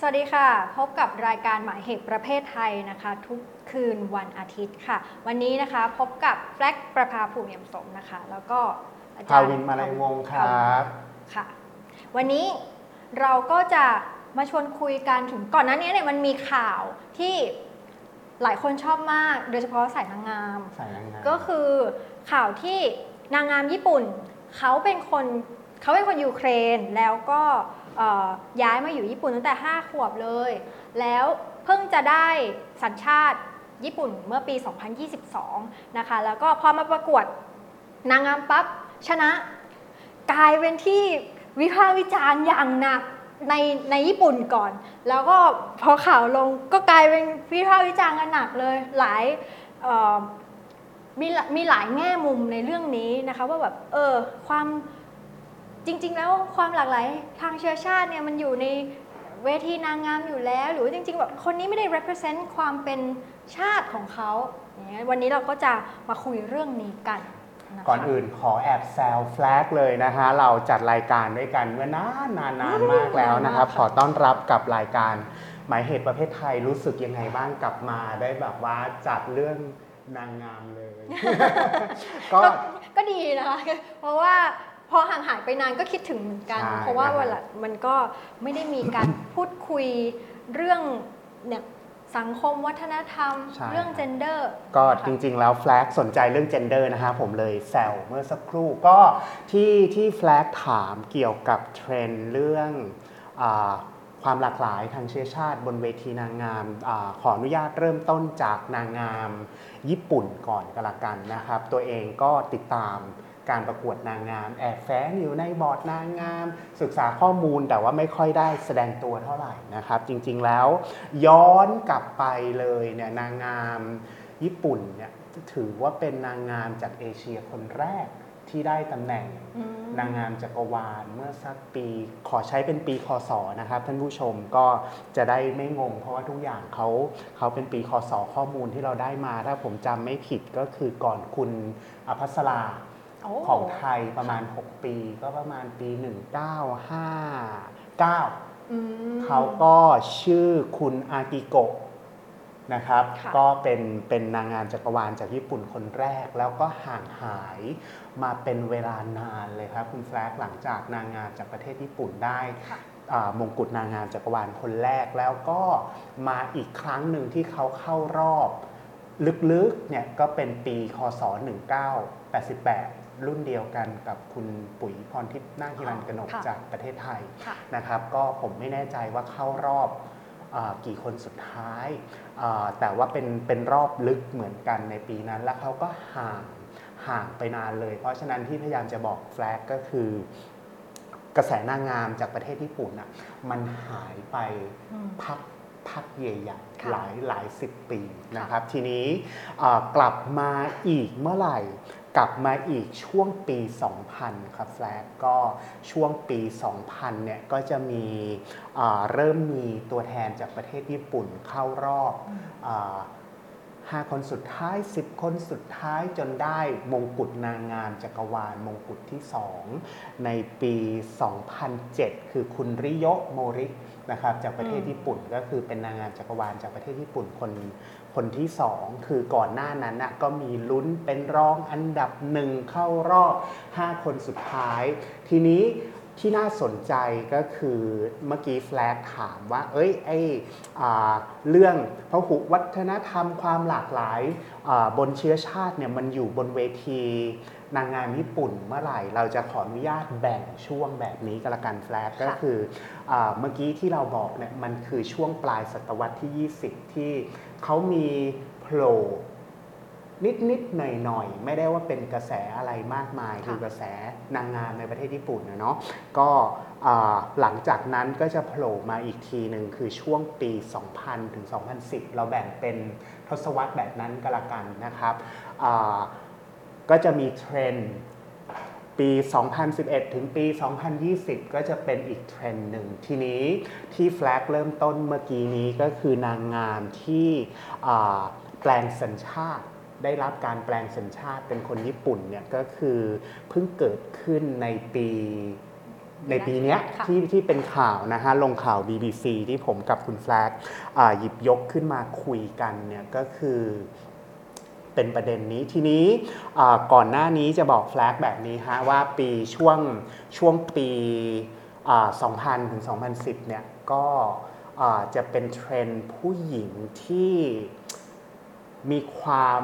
วัสดีค่ะพบกับรายการหมายเหตุประเภทไทยนะคะทุกคืนวันอาทิตย์ค่ะวันนี้นะคะพบกับแฟลกประภาภูมิเอี่ยมสมนะคะแล้วก็อาจารย์ภาวินมาลัยวงศ์ครับค่ะวันนี้เราก็จะมาชวนคุยกันถึงก่อนหน้านี้เนี่ยมันมีข่าวที่หลายคนชอบมากโดยเฉพาะสายนางงามก็คือข่าวที่นางงามญี่ปุ่นเขาเป็นคนยูเครนแล้วก็ย้ายมาอยู่ญี่ปุ่นตั้งแต่5 ขวบเลยแล้วเพิ่งจะได้สัญชาติญี่ปุ่นเมื่อปี 2022 นะคะแล้วก็พอมาประกวดนางงามปั๊บชนะกลายเป็นที่วิพากษ์วิจารณ์อย่างหนักในญี่ปุ่นก่อนแล้วก็พอข่าวลงก็กลายเป็นวิพากษ์วิจารณ์กันหนักเลยมีหลายแง่มุมในเรื่องนี้นะคะว่าแบบความจริงๆแล้วความหลากหลายทางเชื้อชาติเนี่ยมันอยู่ในเวทีนางงามอยู่แล้วหรือจริงๆแบบคนนี้ไม่ได้ represent ความเป็นชาติของเขาอย่างเงี้ยวันนี้เราก็จะมาคุยเรื่องนี้กันก่อนอื่นขอแอบแซวแฟลกเลยนะฮะเราจัดรายการด้วยกันเมื่อนานมากแล้วนะครับขอต้อนรับกับรายการหมายเหตุประเภทไทยรู้สึกยังไงบ้างกลับมาได้แบบว่าจัดเรื่องนางงามเลยก็ดีนะคะเพราะว่าพอห่างหายไปนานก็คิดถึงเหมือนกันเพราะว่าเวลามันก็ไม่ได้มีการพูดคุยเรื่องเนี่ยสังคมวัฒนธรรมเรื่อง gender ก็จริงๆแล้วแฟลกสนใจเรื่อง gender นะฮะผมเลยแซวเมื่อสักครู่ก็ที่แฟลกถามเกี่ยวกับเทรนด์เรื่องความหลากหลายทางเชื้อชาติบนเวทีนางงามขออนุญาตเริ่มต้นจากนางงามญี่ปุ่นก่อนก็แล้วกันนะครับตัวเองก็ติดตามการประกวดนางงามแอบแฝงอยู่ในบอร์ดนางงามศึกษาข้อมูลแต่ว่าไม่ค่อยได้แสดงตัวเท่าไหร่นะครับจริงๆแล้วย้อนกลับไปเลยเนี่ยนางงามญี่ปุ่นเนี่ยถือว่าเป็นนางงามจากเอเชียคนแรกที่ได้ตำแหน่งนางงามจักรวาลเมื่อสักปีขอใช้เป็นปีคศนะครับท่านผู้ชมก็จะได้ไม่งงเพราะว่าทุกอย่างเขาเป็นปีคศข้อมูลที่เราได้มาถ้าผมจำไม่ผิดก็คือก่อนคุณอภัสราของไทยประมาณ6ปีก็ประมาณปี1959เขาก็ชื่อคุณอากิโกะนะครับก็เป็นนางงามจักรวาลจากญี่ปุ่นคนแรกแล้วก็ห่างหายมาเป็นเวลานานเลยครับคุณแฟลกหลังจากนางงามจากประเทศญี่ปุ่นได้มงกุฎนางงามจักรวาลคนแรกแล้วก็มาอีกครั้งหนึ่งที่เขาเข้ารอบลึกๆเนี่ยก็เป็นปีคศ1988รุ่นเดียวกันกับคุณปุ๋ยพรทิพย์นาคฮิรัญกนกจากประเทศไทยนะครับก็ผมไม่แน่ใจว่าเข้ารอบกี่คนสุดท้ายแต่ว่าเป็นรอบลึกเหมือนกันในปีนั้นแล้วเขาก็ห่างไปนานเลยเพราะฉะนั้นที่พยายามจะบอกแฟลกก็คือกระแสนางงามจากประเทศญี่ปุ่นอ่ะมันหายไปพักใหญ่ๆหลายสิบปีนะครับทีนี้กลับมาอีกเมื่อไหร่กลับมาอีกช่วงปี 2000 ครับแฟลกก็ช่วงปี 2000 เนี่ยก็จะมีเริ่มมีตัวแทนจากประเทศญี่ปุ่นเข้ารอบ5 คนสุดท้าย10 คนสุดท้ายจนได้มงกุฎนางงามจักรวาลมงกุฎที่2ในปี 2007 คือคุณริโยะโมรินะครับจากประเทศญี่ปุ่นก็คือเป็นนางงามจักรวาลจากประเทศญี่ปุ่นคนที่2คือก่อนหน้านั้นนะก็มีลุ้นเป็นรองอันดับ1เข้ารอบ5 คนสุดท้ายทีนี้ที่น่าสนใจก็คือเมื่อกี้แฟลกถามว่าเรื่องพหุวัฒนธรรมความหลากหลายบนเชื้อชาติเนี่ยมันอยู่บนเวทีนางงามญี่ปุ่นเมื่อไหร่เราจะขออนุญาตแบ่งช่วงแบบนี้ก็แล้วกันแฟลกก็คือเมื่อกี้ที่เราบอกเนี่ยมันคือช่วงปลายศตวรรษที่20ที่เขามีโผล่นิดหน่อยไม่ได้ว่าเป็นกระแสอะไรมากมายคือกระแสนางงามในประเทศญี่ปุ่นนะเนาะก็หลังจากนั้นก็จะโผล่มาอีกทีหนึ่งคือช่วงปี 2000 ถึง 2010 เราแบ่งเป็นทศวรรษแบบนั้นก็แล้วกันนะครับก็จะมีเทรนด์ปี 2011 ถึงปี 2020 ก็จะเป็นอีกเทรนด์หนึ่งทีนี้ที่แฟลกเริ่มต้นเมื่อกี้นี้ก็คือนางงามที่แปลงสัญชาติได้รับการแปลงสัญชาติเป็นคนญี่ปุ่นเนี่ยก็คือเพิ่งเกิดขึ้นในปีในปีนี้ที่เป็นข่าวนะฮะลงข่าว BBC ที่ผมกับคุณแฟลกหยิบยกขึ้นมาคุยกันเนี่ยก็คือเป็นประเด็นนี้ทีนี้ก่อนหน้านี้จะบอกแฟลกแบบนี้ฮะว่าปีช่วงปี2000 ถึง 2010 เนี่ยก็จะเป็นเทรนด์ผู้หญิงที่มีความ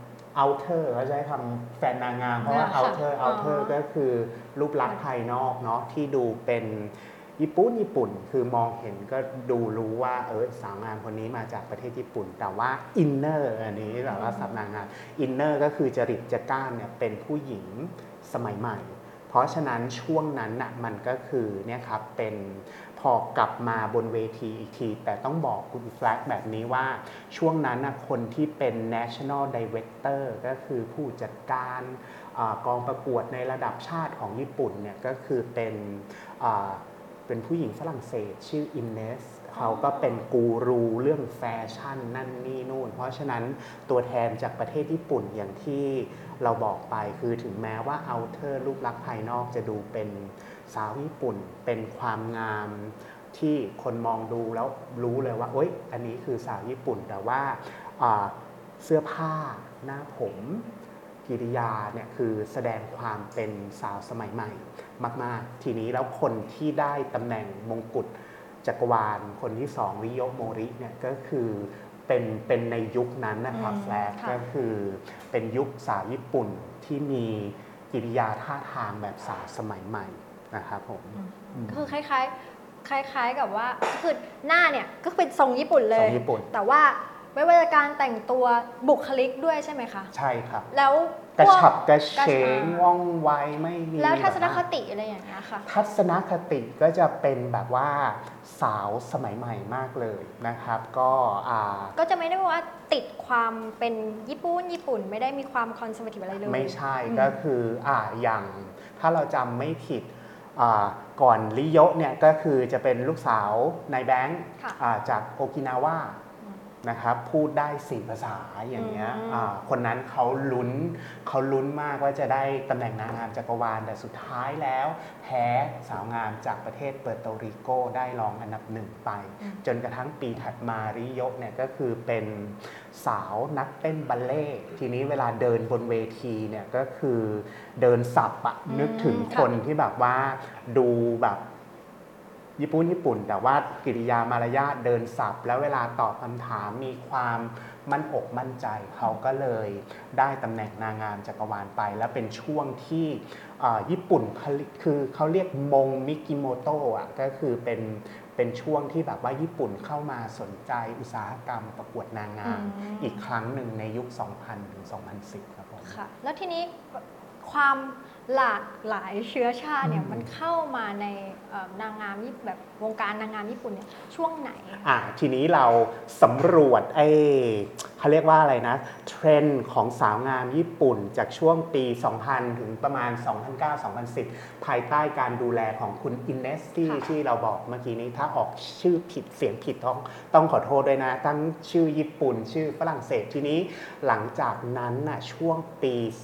outer เขาใช้คำแฟนนางงามเพราะว่า outer ก็คือรูปลักษณ์ภายนอกเนาะที่ดูเป็นญี่ปุ่นคือมองเห็นก็ดูรู้ว่าสาวงามคนนี้มาจากประเทศญี่ปุ่นแต่ว่า inner อันนี้แบบว่าสับนางงาม inner ก็คือจริตจักร้านเนี่ยเป็นผู้หญิงสมัยใหม่เพราะฉะนั้นช่วงนั้นน่ะมันก็คือเนี่ยครับเป็นพอกลับมาบนเวทีอีกทีแต่ต้องบอกคุณแฟลกแบบนี้ว่าช่วงนั้นน่ะคนที่เป็น national director ก็คือผู้จัดการกองประกวดในระดับชาติของญี่ปุ่นเนี่ยก็คือเป็นผู้หญิงฝรั่งเศสชื่ออินเนสเขาก็เป็นกูรูเรื่องแฟชั่นนั่นนี่นู่นเพราะฉะนั้นตัวแทนจากประเทศญี่ปุ่นอย่างที่เราบอกไปคือถึงแม้ว่าเอาเทอร์รูปลักษณ์ภายนอกจะดูเป็นสาวญี่ปุ่นเป็นความงามที่คนมองดูแล้วรู้เลยว่าอันนี้คือสาวญี่ปุ่นแต่ว่าเสื้อผ้าหน้าผมกิริยาเนี่ยคือแสดงความเป็นสาวสมัยใหม่มากๆทีนี้แล้วคนที่ได้ตำแหน่งมงกุฎจักรวาลคนที่2ริโยโมริเนี่ยก็คือเป็นในยุคนั้นนะครับแฟลกก็คือเป็นยุคสาวญี่ปุ่นที่มีกิริยาท่าทางแบบสาวสมัยใหม่นะครับผมคือคล้ายๆกับว่าคือหน้าเนี่ยก็เป็นทรงญี่ปุ่นเลยแต่ว่าไม่ว่าการแต่งตัวบุคลิกด้วยใช่ไหมคะใช่ครับแล้วกระฉับกระเฉงว่องไวไม่มีแล้วทัศนคติอะไรอย่างเงี้ยค่ะทัศนคติก็จะเป็นแบบว่าสาวสมัยใหม่มากเลยนะครับก็จะไม่ได้ว่าติดความเป็นญี่ปุ่นไม่ได้มีความคอนเซอร์เวทีฟอะไรเลยไม่ใช่ก็คืออย่างถ้าเราจำไม่ผิดก่อนริโยะเนี่ยก็คือจะเป็นลูกสาวนายแบงค์จากโอกินาวานะครับพูดได้4 ภาษาอย่างเงี้ยคนนั้นเขาลุ้นมากว่าจะได้ตำแหน่งนางงามจักรวาลแต่สุดท้ายแล้วแพ้สาวงามจากประเทศเปอร์โตริโกได้รองอันดับ1ไปจนกระทั่งปีถัดมาริโยะเนี่ยก็คือเป็นสาวนักเต้นบัลเล่ทีนี้เวลาเดินบนเวทีเนี่ยก็คือเดินสับนึกถึงคนที่แบบว่าดูแบบญี่ปุ่นแต่ว่ากิริยามารยาทเดินสับแล้วเวลาตอบคำถามมีความมั่นอกมั่นใจเขาก็เลยได้ตำแหน่งนางงามจักรวาลไปแล้วเป็นช่วงที่ญี่ปุ่นคือเขาเรียกมงมิกิโมโตะก็คือเป็นช่วงที่แบบว่าญี่ปุ่นเข้ามาสนใจอุตสาหกรรมประกวดนางงามอีกครั้งหนึ่งในยุค 2000 ถึง 2010 ครับผมค่ะแล้วทีนี้ความหลากหลายเชื้อชาติเนี่ยมันเข้ามาในนางงามแบบวงการนางงามญี่ปุ่นเนี่ยช่วงไหนทีนี้เราสำรวจเขาเรียกว่าอะไรนะเทรนด์ของสาวงามญี่ปุ่นจากช่วงปี 2000 ถึงประมาณ 2009-2010 ภายใต้การดูแลของคุณอินเนสที่เราบอกเมื่อกี้นี้ถ้าออกชื่อผิดเสียงผิดต้องขอโทษด้วยนะตั้งชื่อญี่ปุ่นชื่อฝรั่งเศสทีนี้หลังจากนั้นช่วงปี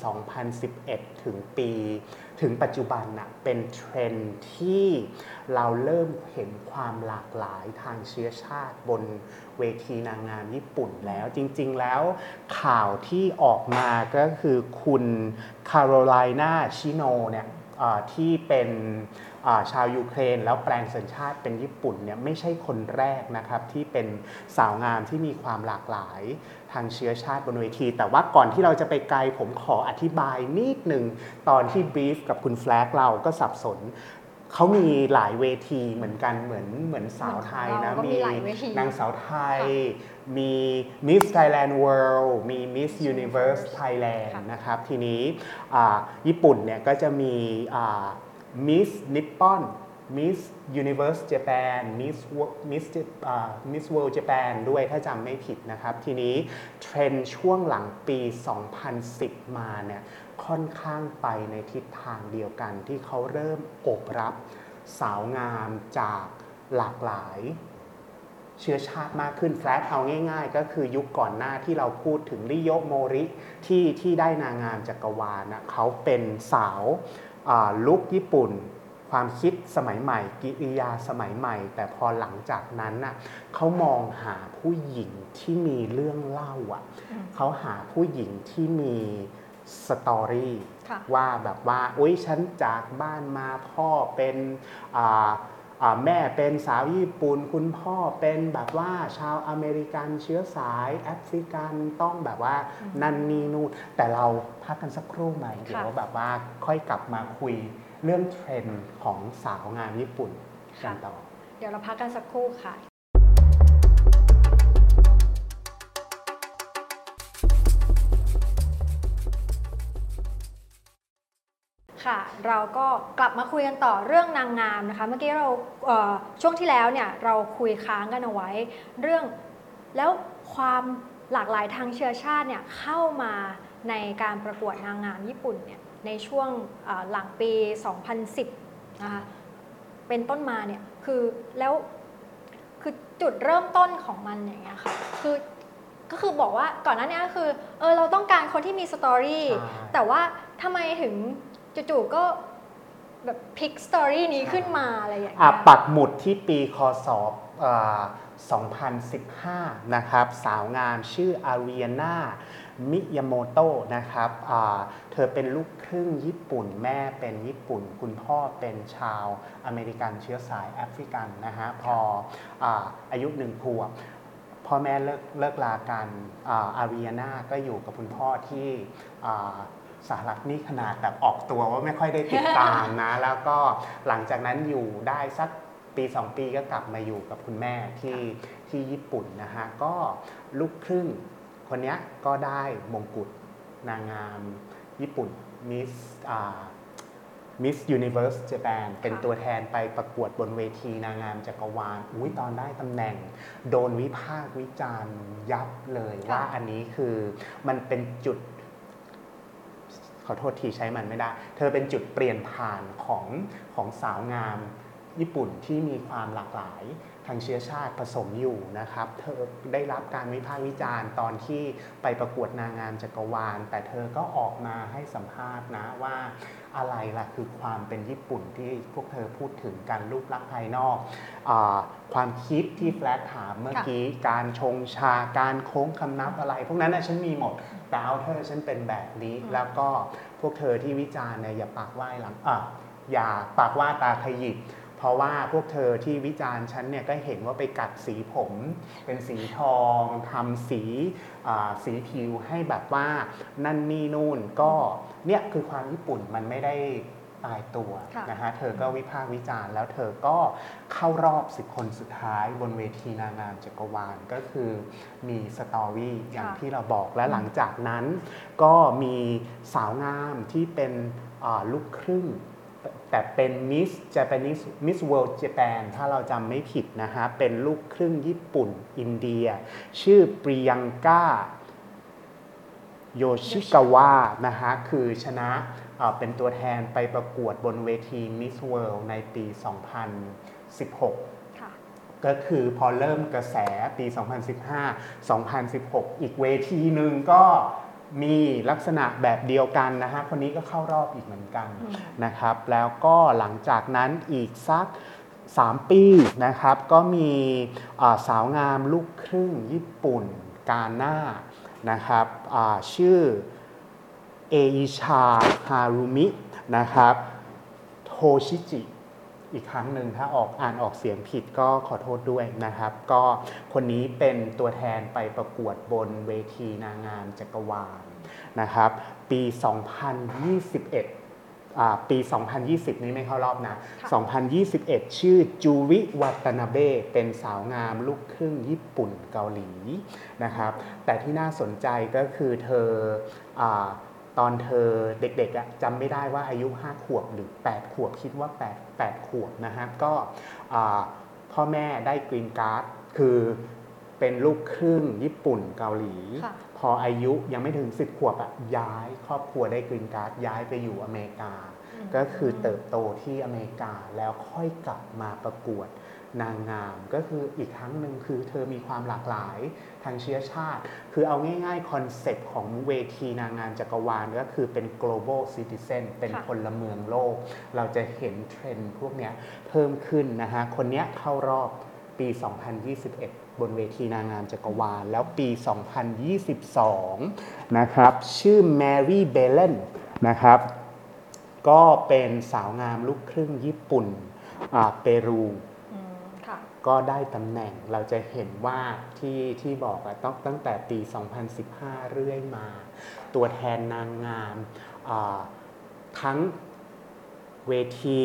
2011 ถึงปัจจุบันเป็นเทรนด์ที่เราเริ่มเห็นความหลากหลายทางเชื้อชาติบนเวทีนางงามญี่ปุ่นแล้วจริงๆแล้วข่าวที่ออกมาก็คือคุณคาโรไลนาชิโนเนี่ยที่เป็นชาวยูเครนแล้วแปลงสัญชาติเป็นญี่ปุ่นเนี่ยไม่ใช่คนแรกนะครับที่เป็นสาวงามที่มีความหลากหลายทางเชื้อชาติบนเวทีแต่ว่าก่อนที่เราจะไปไกลผมขออธิบายนิดหนึ่งตอนที่บรีฟกับคุณแฟลกเราก็สับสนเขามีหลายเวทีเหมือนกันเหมือนสาวไทยนะมีนางสาวไทยมี Miss Thailand World มี Miss Universe Thailand นะครับทีนี้ญี่ปุ่นเนี่ยก็จะมี Miss Nippon Miss Universe Japan Miss World Japan ด้วยถ้าจำไม่ผิดนะครับทีนี้เทรนด์ช่วงหลังปี 2010 มาเนี่ยค่อนข้างไปในทิศทางเดียวกันที่เขาเริ่มโอบรับสาวงามจากหลากหลายเชื้อชาติมากขึ้นแฟลกเอาง่ายๆก็คือยุคก่อนหน้าที่เราพูดถึงริโยโมริที่ได้นางงามจักรวาลเขาเป็นสาวลุคญี่ปุ่นความคิดสมัยใหม่กิริยาสมัยใหม่ แต่พอหลังจากนั้นน่ะเขามองหาผู้หญิงที่มีเรื่องเล่าอ่ะเขาหาผู้หญิงที่มีสตอรี่ว่าแบบว่าอุ๊ยฉันจากบ้านมาพ่อเป็นแม่เป็นสาวญี่ปุ่นคุณพ่อเป็นแบบว่าชาวอเมริกันเชื้อสายแอฟริกันต้องแบบว่านั่นนี่นู่นแต่เราพักกันสักครู่ไหมเดี๋ยวแบบว่าค่อยกลับมาคุยเรื่องเทรนด์ของสาวงามญี่ปุ่นกันต่อเดี๋ยวเราพักกันสักครู่ค่ะค่ะเราก็กลับมาคุยกันต่อเรื่องนางงามนะคะเมื่อกี้เราช่วงที่แล้วเนี่ยเราคุยค้างกันเอาไว้เรื่องแล้วความหลากหลายทางเชื้อชาติเนี่ยเข้ามาในการประกวดนางงามญี่ปุ่นเนี่ยในช่วงหลังปี 2010 นะคะเป็นต้นมาเนี่ยคือแล้วคือจุดเริ่มต้นของมันอย่างเงี้ยค่ะก็คือบอกว่าก่อนหน้านี้ก็คือเราต้องการคนที่มีสตอรี่แต่ว่าทำไมถึงจู่ๆก็แบบพลิกสตอรี่นี้ขึ้นมาอะไรอย่างเงี้ยปักหมุดที่ปีคศ2015 นะครับสาวงามชื่ออาริอาน่ามิยาโมโตะนะครับเธอเป็นลูกครึ่งญี่ปุ่นแม่เป็นญี่ปุ่นคุณพ่อเป็นชาวอเมริกันเชื้อสายแอฟริกันนะฮะพออายุ1 ขวบพ่อแม่เลิกลากันอาริอาน่าก็อยู่กับคุณพ่อที่สหรัฐนี่ขนาดแบบออกตัวว่าไม่ค่อยได้ติดตามนะ แล้วก็หลังจากนั้นอยู่ได้สักปี 2 ปีก็กลับมาอยู่กับคุณแม่ที่ญี่ปุ่นนะฮะก็ลูกครึ่งคนนี้ก็ได้มงกุฎนางงามญี่ปุ่นMiss Universe Japan เป็นตัวแทนไปประกวดบนเวทีนางงามจักรวาลตอนได้ตำแหน่งโดนวิพากษ์วิจารณ์ยับเลยว่าอันนี้คือมันเป็นจุดขอโทษทีใช้มันไม่ได้เธอเป็นจุดเปลี่ยนผ่านของสาวงามญี่ปุ่นที่มีความหลากหลายทางเชื้อชาติผสมอยู่นะครับเธอได้รับการวิพากษ์วิจารณ์ตอนที่ไปประกวดนางงามจักรวาลแต่เธอก็ออกมาให้สัมภาษณ์นะว่าอะไรล่ะคือความเป็นญี่ปุ่นที่พวกเธอพูดถึงกันรูปลักษณ์ภายนอกความคิดที่แฟลกถามเมื่อกี้การชงชาการโค้งคำนับอะไรพวกนั้นฉันมีหมดแต่เอาเธอฉันเป็นแบบนี้แล้วก็พวกเธอที่วิจารณ์เนี่ยอย่าปากว่าตาขยิบเพราะว่าพวกเธอที่วิจารณ์ฉันเนี่ยก็เห็นว่าไปกัดสีผมเป็นสีทองทำสีผิวให้แบบว่านั่นนี่นู่นก็เนี่ยคือความญี่ปุ่นมันไม่ได้ตายตัวนะฮะเธอก็วิพากษ์วิจารณ์แล้วเธอก็เข้ารอบ10 คนสุดท้ายบนเวทีนางงามจักรวาลก็คือมีสตอรี่อย่างที่เราบอกและหลังจากนั้นก็มีสาวงามที่เป็นลูกครึ่งแต่เป็น Miss World Japan ถ้าเราจำไม่ผิดนะฮะเป็นลูกครึ่งญี่ปุ่นอินเดียชื่อปริยังก้าโยชิกาวะนะฮะคือชนะเป็นตัวแทนไปประกวดบนเวที Miss World ในปี 2016 ก็คือพอเริ่มกระแสปี 2015-2016 อีกเวทีหนึ่งก็มีลักษณะแบบเดียวกันนะฮะคนนี้ก็เข้ารอบอีกเหมือนกันนะครับแล้วก็หลังจากนั้นอีกสัก3 ปีนะครับก็มีสาวงามลูกครึ่งญี่ปุ่นกาน่านะครับชื่อเออิชาฮารุมินะครับโทชิจิอีกครั้งหนึ่งถ้าอ่านออกเสียงผิดก็ขอโทษด้วยนะครับก็คนนี้เป็นตัวแทนไปประกวดบนเวทีนางงามจักรวาลนะครับปี 2021 ปี 2020 นี้ไม่เข้ารอบนะ 2021 ชื่อจูริวัตนาเบะเป็นสาวงามลูกครึ่งญี่ปุ่นเกาหลีนะครับแต่ที่น่าสนใจก็คือเธอตอนเธอเด็กๆจำไม่ได้ว่าอายุ 5 ขวบหรือ 8 ขวบคิดว่า 8 ขวบนะฮะก็พ่อแม่ได้กรีนการ์ดคือเป็นลูกครึ่งญี่ปุ่นเกาหลีพออายุยังไม่ถึง10 ขวบย้ายครอบครัวได้กรีนการ์ดย้ายไปอยู่อเมริกาก็คือเติบโตที่อเมริกาแล้วค่อยกลับมาประกวดนางงามก็คืออีกครั้งหนึ่งคือเธอมีความหลากหลายทางเชื้อชาติคือเอาง่ายๆคอนเซปต์ของเวทีนางงามจักรวาลก็คือเป็น global citizen เป็นพลเมืองโลกเราจะเห็นเทรนด์พวกนี้เพิ่มขึ้นนะฮะคนนี้เข้ารอบปี 2021 บนเวทีนางงามจักรวาลแล้วปี 2022 นะครับชื่อแมรี่เบเลนนะครับก็เป็นสาวงามลูกครึ่งญี่ปุ่นเปรูก็ได้ตำแหน่งเราจะเห็นว่าที่บอกตั้งแต่ปี 2015 เรื่อยมาตัวแทนนางงามทั้งเวที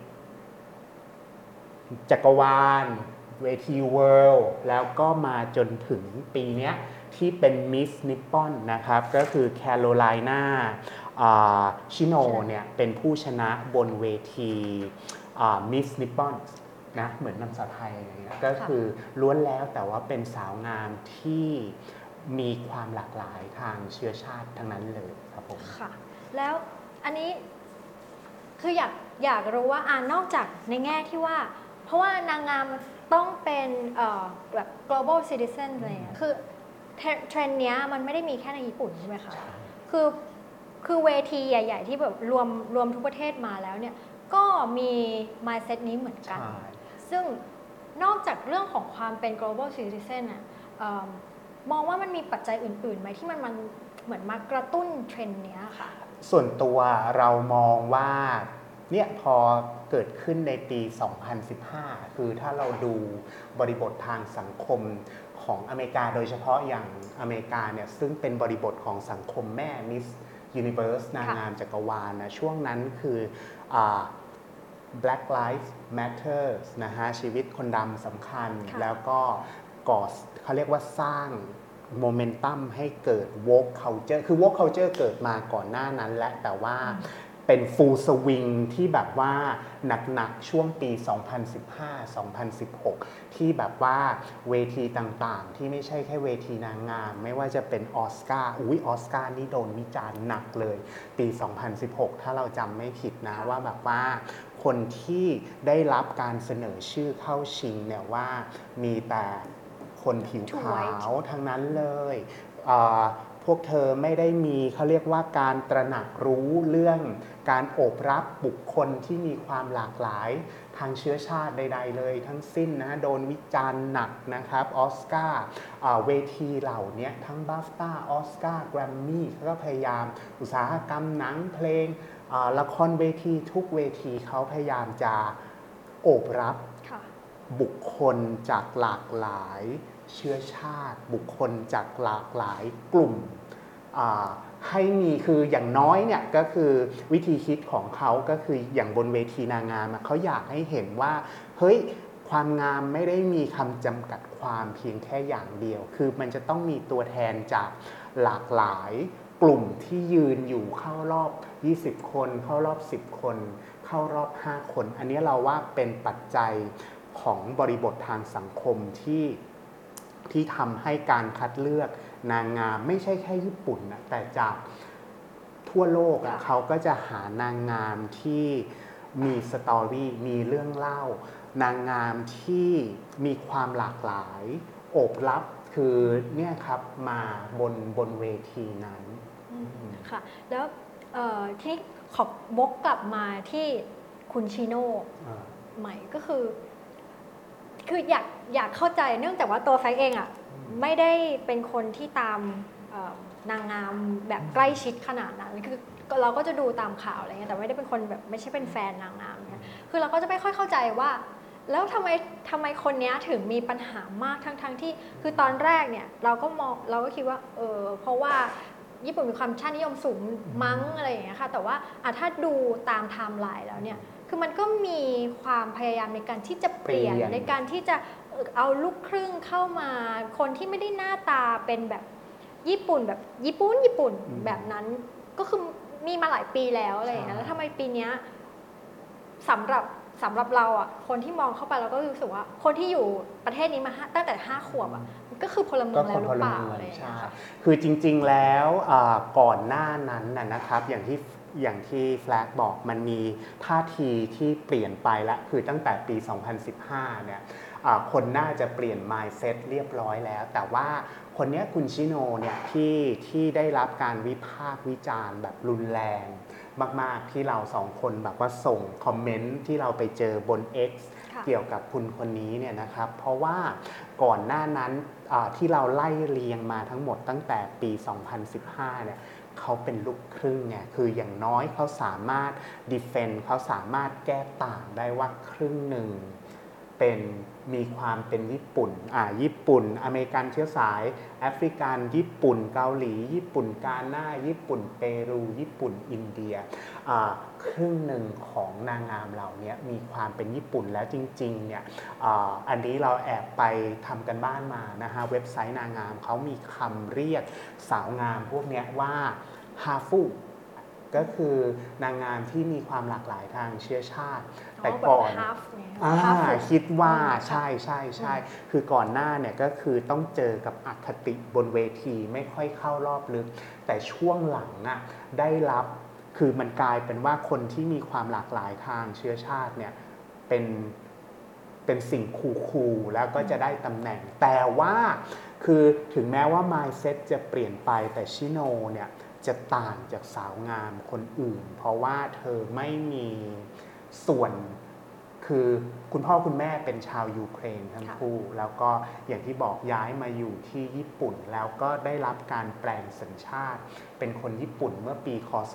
จักรวาลเวทีเวิลด์แล้วก็มาจนถึงปีนี้ที่เป็นมิสนิปปอนนะครับก็คือแคโรไลนาชิโนเนี่ยเป็นผู้ชนะบนเวทีมิสนิปปอนนะเหมือนนำสาวไทยอะไรเงี้ยก็คือล้วนแล้วแต่ว่าเป็นสาวงามที่มีความหลากหลายทางเชื้อชาติทั้งนั้นเลยครับผมค่ะแล้วอันนี้คืออยากรู้ว่านอกจากในแง่ที่ว่าเพราะว่านางงามต้องเป็นแบบ global citizen อะไรเงี้ยคือเทรนด์เนี้ยมันไม่ได้มีแค่ในญี่ปุ่นใช่ไหมคะคือเวทีใหญ่ๆที่แบบรวมทุกประเทศมาแล้วเนี่ยก็มี mindset นี้เหมือนกันซึ่งนอกจากเรื่องของความเป็น global citizen น่ะมองว่ามันมีปัจจัยอื่นๆไหมที่มันเหมือนมากระตุ้นเทรนด์เนี้ยค่ะส่วนตัวเรามองว่าเนี่ยพอเกิดขึ้นในปี 2015 คือถ้าเราดูบริบททางสังคมของอเมริกาโดยเฉพาะอย่างอเมริกาเนี่ยซึ่งเป็นบริบทของสังคมแม่ Miss Universe นางงามจักรวาลนะช่วงนั้นคือBlack Lives Matter นะฮะชีวิตคนดำสำคัญแล้วก็เขาเรียกว่าสร้างโมเมนตัมให้เกิด woke culture คือ woke culture เกิดมาก่อนหน้านั้นและแต่ว่าเป็น full swing ที่แบบว่าหนักๆช่วงปี 2015-2016 ที่แบบว่าเวทีต่างๆที่ไม่ใช่แค่เวทีนางงามไม่ว่าจะเป็นออสการ์ออสการ์นี่โดนวิจารณ์หนักเลยปี 2016 ถ้าเราจำไม่ผิดนะว่าแบบว่าคนที่ได้รับการเสนอชื่อเข้าชิงเนี่ยว่ามีแต่คนผิวขาวทั้งนั้นเลยพวกเธอไม่ได้มีเขาเรียกว่าการตระหนักรู้เรื่องการโอบรับบุคคลที่มีความหลากหลายทางเชื้อชาติใดๆเลยทั้งสิ้นนะโดนวิจารณ์หนักนะครับออสการ์เวทีเหล่านี้ทั้งบัฟต้าออสการ์แกรมมี่เขาก็พยายามอุตสาหกรรมหนังเพลงละครเวทีทุกเวทีเขาพยายามจะโอบรับบุคคลจากหลากหลายเชื้อชาติบุคคลจากหลากหลายกลุ่มให้มีคืออย่างน้อยเนี่ยก็คือวิธีคิดของเขาก็คืออย่างบนเวทีนางงามเขาอยากให้เห็นว่าเฮ้ยความงามไม่ได้มีคำจำกัดความเพียงแค่อย่างเดียวคือมันจะต้องมีตัวแทนจากหลากหลายกลุ่มที่ยืนอยู่เข้ารอบ20คนเข้ารอบ10คนเข้ารอบ5คนอันนี้เราว่าเป็นปัจจัยของบริบททางสังคมที่ทำให้การคัดเลือกนางงามไม่ใช่แค่ญี่ปุ่นนะแต่จากทั่วโลกเขาก็จะหานางงามที่มีสตอรี่มีเรื่องเล่านางงามที่มีความหลากหลายโอบรับคือเนี่ยครับมาบนเวทีนั้นค่ะแล้วที่ขอบวกกลับมาที่คุณชิโน่ใหม่ก็คืออยากเข้าใจเนื่องจากว่าตัวแฟงเองไม่ได้เป็นคนที่ตามนางงามแบบใกล้ชิดขนาดนั้นคือเราก็จะดูตามข่าวอะไรเงี้ยแต่ไม่ได้เป็นคนแบบไม่ใช่เป็นแฟนนางงามเนี่ยคือเราก็จะไม่ค่อยเข้าใจว่าแล้วทำไมคนนี้ถึงมีปัญหามากทั้งที่คือตอนแรกเนี่ยเราก็คิดว่าเพราะว่าญี่ปุ่นมีความชาตินิยมสูงมั้งอะไรอย่างเงี้ยค่ะแต่ว่าถ้าดูตามไทม์ไลน์แล้วเนี่ยคือมันก็มีความพยายามในการที่จะเปลี่ยนในการที่จะเอาลูกครึ่งเข้ามาคนที่ไม่ได้หน้าตาเป็นแบบญี่ปุ่นแบบญี่ปุ่นแบบนั้นก็คือมีมาหลายปีแล้วอะไรอย่างเงี้ยแล้วทำไมปีนี้สำหรับเราคนที่มองเข้าไปเราก็รู้สึกว่าคนที่อยู่ประเทศนี้มาตั้งแต่5 ขวบก็คือพลเมืองแล้วหรือเปล่าอะไรใช่คือจริงๆแล้วก่อนหน้านั้นนะครับอย่างที่แฟลกบอกมันมีท่าทีที่เปลี่ยนไปแล้วคือตั้งแต่ปี 2015 เนี่ยคนน่าจะเปลี่ยน mindset เรียบร้อยแล้วแต่ว่าคนนี้คุณชิโนเนี่ยที่ได้รับการวิพากษ์วิจารณ์แบบรุนแรงมากๆที่เราสองคนแบบว่าส่งคอมเมนต์ที่เราไปเจอบน X เกี่ยวกับคุณคนนี้เนี่ยนะครับเพราะว่าก่อนหน้านั้นที่เราไล่เรียงมาทั้งหมดตั้งแต่ปี 2015 เนี่ยเขาเป็นลูกครึ่งไงคืออย่างน้อยเขาสามารถ defend เขาสามารถแก้ต่างได้ว่าครึ่งหนึ่งเป็นมีความเป็นญี่ปุ่นญี่ปุ่นอเมริกันเชื้อสายแอฟริกันญี่ปุ่นเกาหลีญี่ปุ่นกาหน้าญี่ปุ่นเปรูญี่ปุ่นอินเดียครึ่งหนึ่งของนางงามเหล่านี้มีความเป็นญี่ปุ่นแล้วจริงๆเนี่ยอันนี้เราแอบไปทำกันบ้านมานะฮะเว็บไซต์นางงามเขามีคำเรียกสาวงามพวกนี้ว่าฮาฟูก็คือนางงามที่มีความหลากหลายทางเชื้อชาติแต่ก่อนคิดว่าใช่คือก่อนหน้าเนี่ยก็คือต้องเจอกับอคติบนเวทีไม่ค่อยเข้ารอบลึกแต่ช่วงหลังได้รับคือมันกลายเป็นว่าคนที่มีความหลากหลายทางเชื้อชาติเนี่ยเป็นสิ่งคูลๆแล้วก็จะได้ตำแหน่งแต่ว่าคือถึงแม้ว่า mindset จะเปลี่ยนไปแต่ชิโนเนี่ยจะต่างจากสาวงามคนอื่นเพราะว่าเธอไม่มีส่วนคือคุณพ่อคุณแม่เป็นชาวยูเครนทั้งคู่แล้วก็อย่างที่บอกย้ายมาอยู่ที่ญี่ปุ่นแล้วก็ได้รับการแปลงสัญชาติเป็นคนญี่ปุ่นเมื่อปีคศ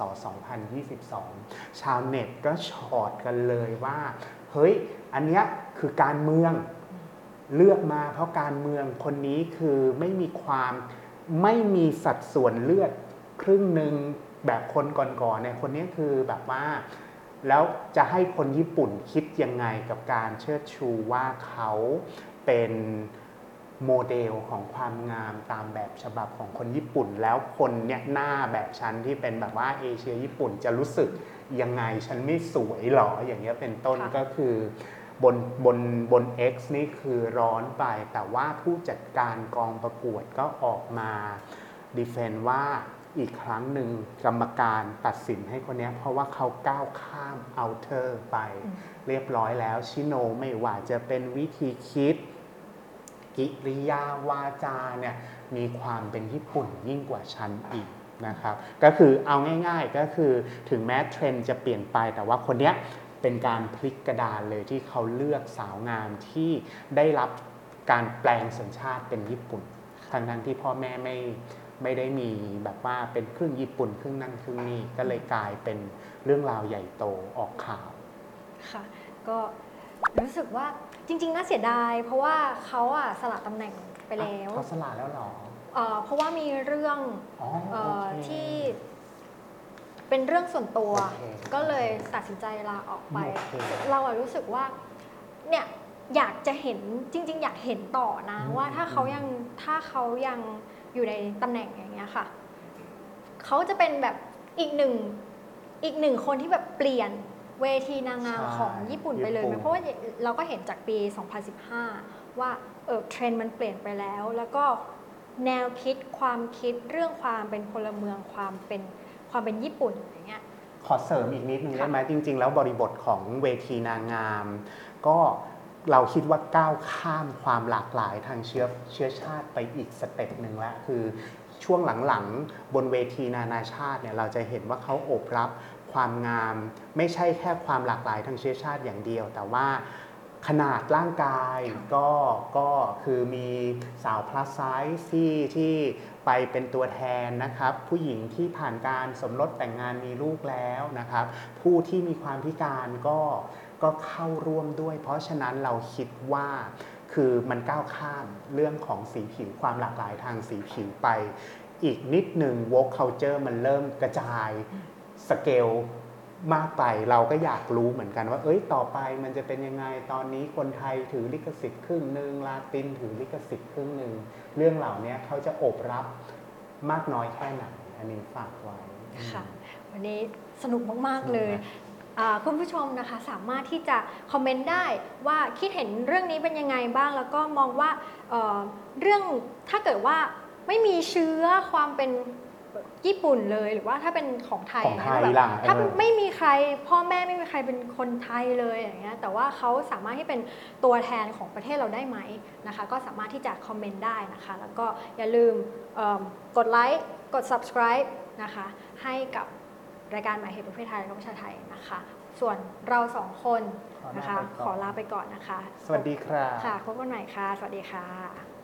2022 ชาวเน็ตก็ชอดกันเลยว่าเฮ้ยอันเนี้ยคือการเมืองเลือกมาเพราะการเมืองคนนี้คือไม่มีสัดส่วนเลือดครึ่งหนึ่งแบบคนก่อนๆเนี่ยคนนี้คือแบบว่าแล้วจะให้คนญี่ปุ่นคิดยังไงกับการเชิดชูว่าเขาเป็นโมเดลของความงามตามแบบฉบับของคนญี่ปุ่นแล้วคนเนี่ยหน้าแบบฉันที่เป็นแบบว่าเอเชียญี่ปุ่นจะรู้สึกยังไงฉันไม่สวยหรออย่างเงี้ยเป็นต้นก็คือบน X นี่คือร้อนไปแต่ว่าผู้จัดการกองประกวดก็ออกมาดีเฟนต์ว่าอีกครั้งหนึ่งกรรมการตัดสินให้คนนี้เพราะว่าเขาก้าวข้ามเอาเทอร์ไปเรียบร้อยแล้วชิโนไม่ว่าจะเป็นวิธีคิดกิริยาวาจาเนี่ยมีความเป็นญี่ปุ่นยิ่งกว่าฉันอีกนะครับก็คือเอาง่ายๆก็คือถึงแม้เทรนด์จะเปลี่ยนไปแต่ว่าคนนี้เป็นการพลิกกระดานเลยที่เขาเลือกสาวงามที่ได้รับการแปลงสัญชาติเป็นญี่ปุ่นทั้งที่พ่อแม่ไม่ได้มีแบบว่าเป็นครึ่งญี่ปุ่นครึ่งนั่นครึ่งนี่ก็เลยกลายเป็นเรื่องราวใหญ่โตออกข่าวค่ะก็รู้สึกว่าจริงๆน่าเสียดายเพราะว่าเขาสละตำแหน่งไปแล้วเขาสละแล้วหรอเพราะว่ามีเรื่องที่เป็นเรื่องส่วนตัวก็เลยตัดสินใจลาออกไปเรารู้สึกว่าเนี่ยอยากจะเห็นจริงๆอยากเห็นต่อนะว่าถ้าเขายังอยู่ในตำแหน่งอย่างเงี้ยค่ะเขาจะเป็นแบบอีกหนึ่งคนที่แบบเปลี่ยนเวทีนางงามของญี่ปุ่นไปเลยเพราะว่าเราก็เห็นจากปี 2015 ว่าเทรนด์มันเปลี่ยนไปแล้วแล้วก็แนวคิดความคิดเรื่องความเป็นพลเมืองความเป็นญี่ปุ่นอย่างเงี้ยขอเสริมอีกนิดนึงได้ไหมจริงๆแล้วบริบทของเวทีนางงามก็เราคิดว่าก้าวข้ามความหลากหลายทางเชื้อชาติไปอีกสเต็ปหนึ่งแล้วคือช่วงหลังๆบนเวทีนานาชาติเนี่ยเราจะเห็นว่าเขาโอบรับความงามไม่ใช่แค่ความหลากหลายทางเชื้อชาติอย่างเดียวแต่ว่าขนาดร่างกายก็คือมีสาว plus size ที่ไปเป็นตัวแทนนะครับผู้หญิงที่ผ่านการสมรสแต่งงานมีลูกแล้วนะครับผู้ที่มีความพิการก็เข้าร่วมด้วยเพราะฉะนั้นเราคิดว่าคือมันก้าวข้ามเรื่องของสีผิวความหลากหลายทางสีผิวไปอีกนิดหนึ่ง woke culture มันเริ่มกระจายสเกลมากไปเราก็อยากรู้เหมือนกันว่าต่อไปมันจะเป็นยังไงตอนนี้คนไทยถือลิขสิทธิ์ครึ่งหนึ่งลาตินถือลิขสิทธิ์ครึ่งหนึ่งเรื่องเหล่านี้เขาจะโอบรับมากน้อยแค่ไหนอันนี้ฝากไว้ค่ะวันนี้สนุกมากๆเลยคุณผู้ชมนะคะสามารถที่จะคอมเมนต์ได้ว่าคิดเห็นเรื่องนี้เป็นยังไงบ้างแล้วก็มองว่าเรื่องถ้าเกิดว่าไม่มีเชื้อความเป็นญี่ปุ่นเลยหรือว่าถ้าเป็นของไทยแบบถ้าไม่มีใครพ่อแม่ไม่มีใครเป็นคนไทยเลยอย่างเงี้ยแต่ว่าเขาสามารถที่เป็นตัวแทนของประเทศเราได้ไหมนะคะก็สามารถที่จะคอมเมนต์ได้นะคะแล้วก็อย่าลืมกดไลค์กด subscribe นะคะให้กับรายการหมายเหตุประเภทไทยและประชาไทยนะคะส่วนเราสองคนนะคะขอลาไปก่อนนะคะสวัสดีครับค่ะพบกันใหม่ค่ะสวัสดีค่ะ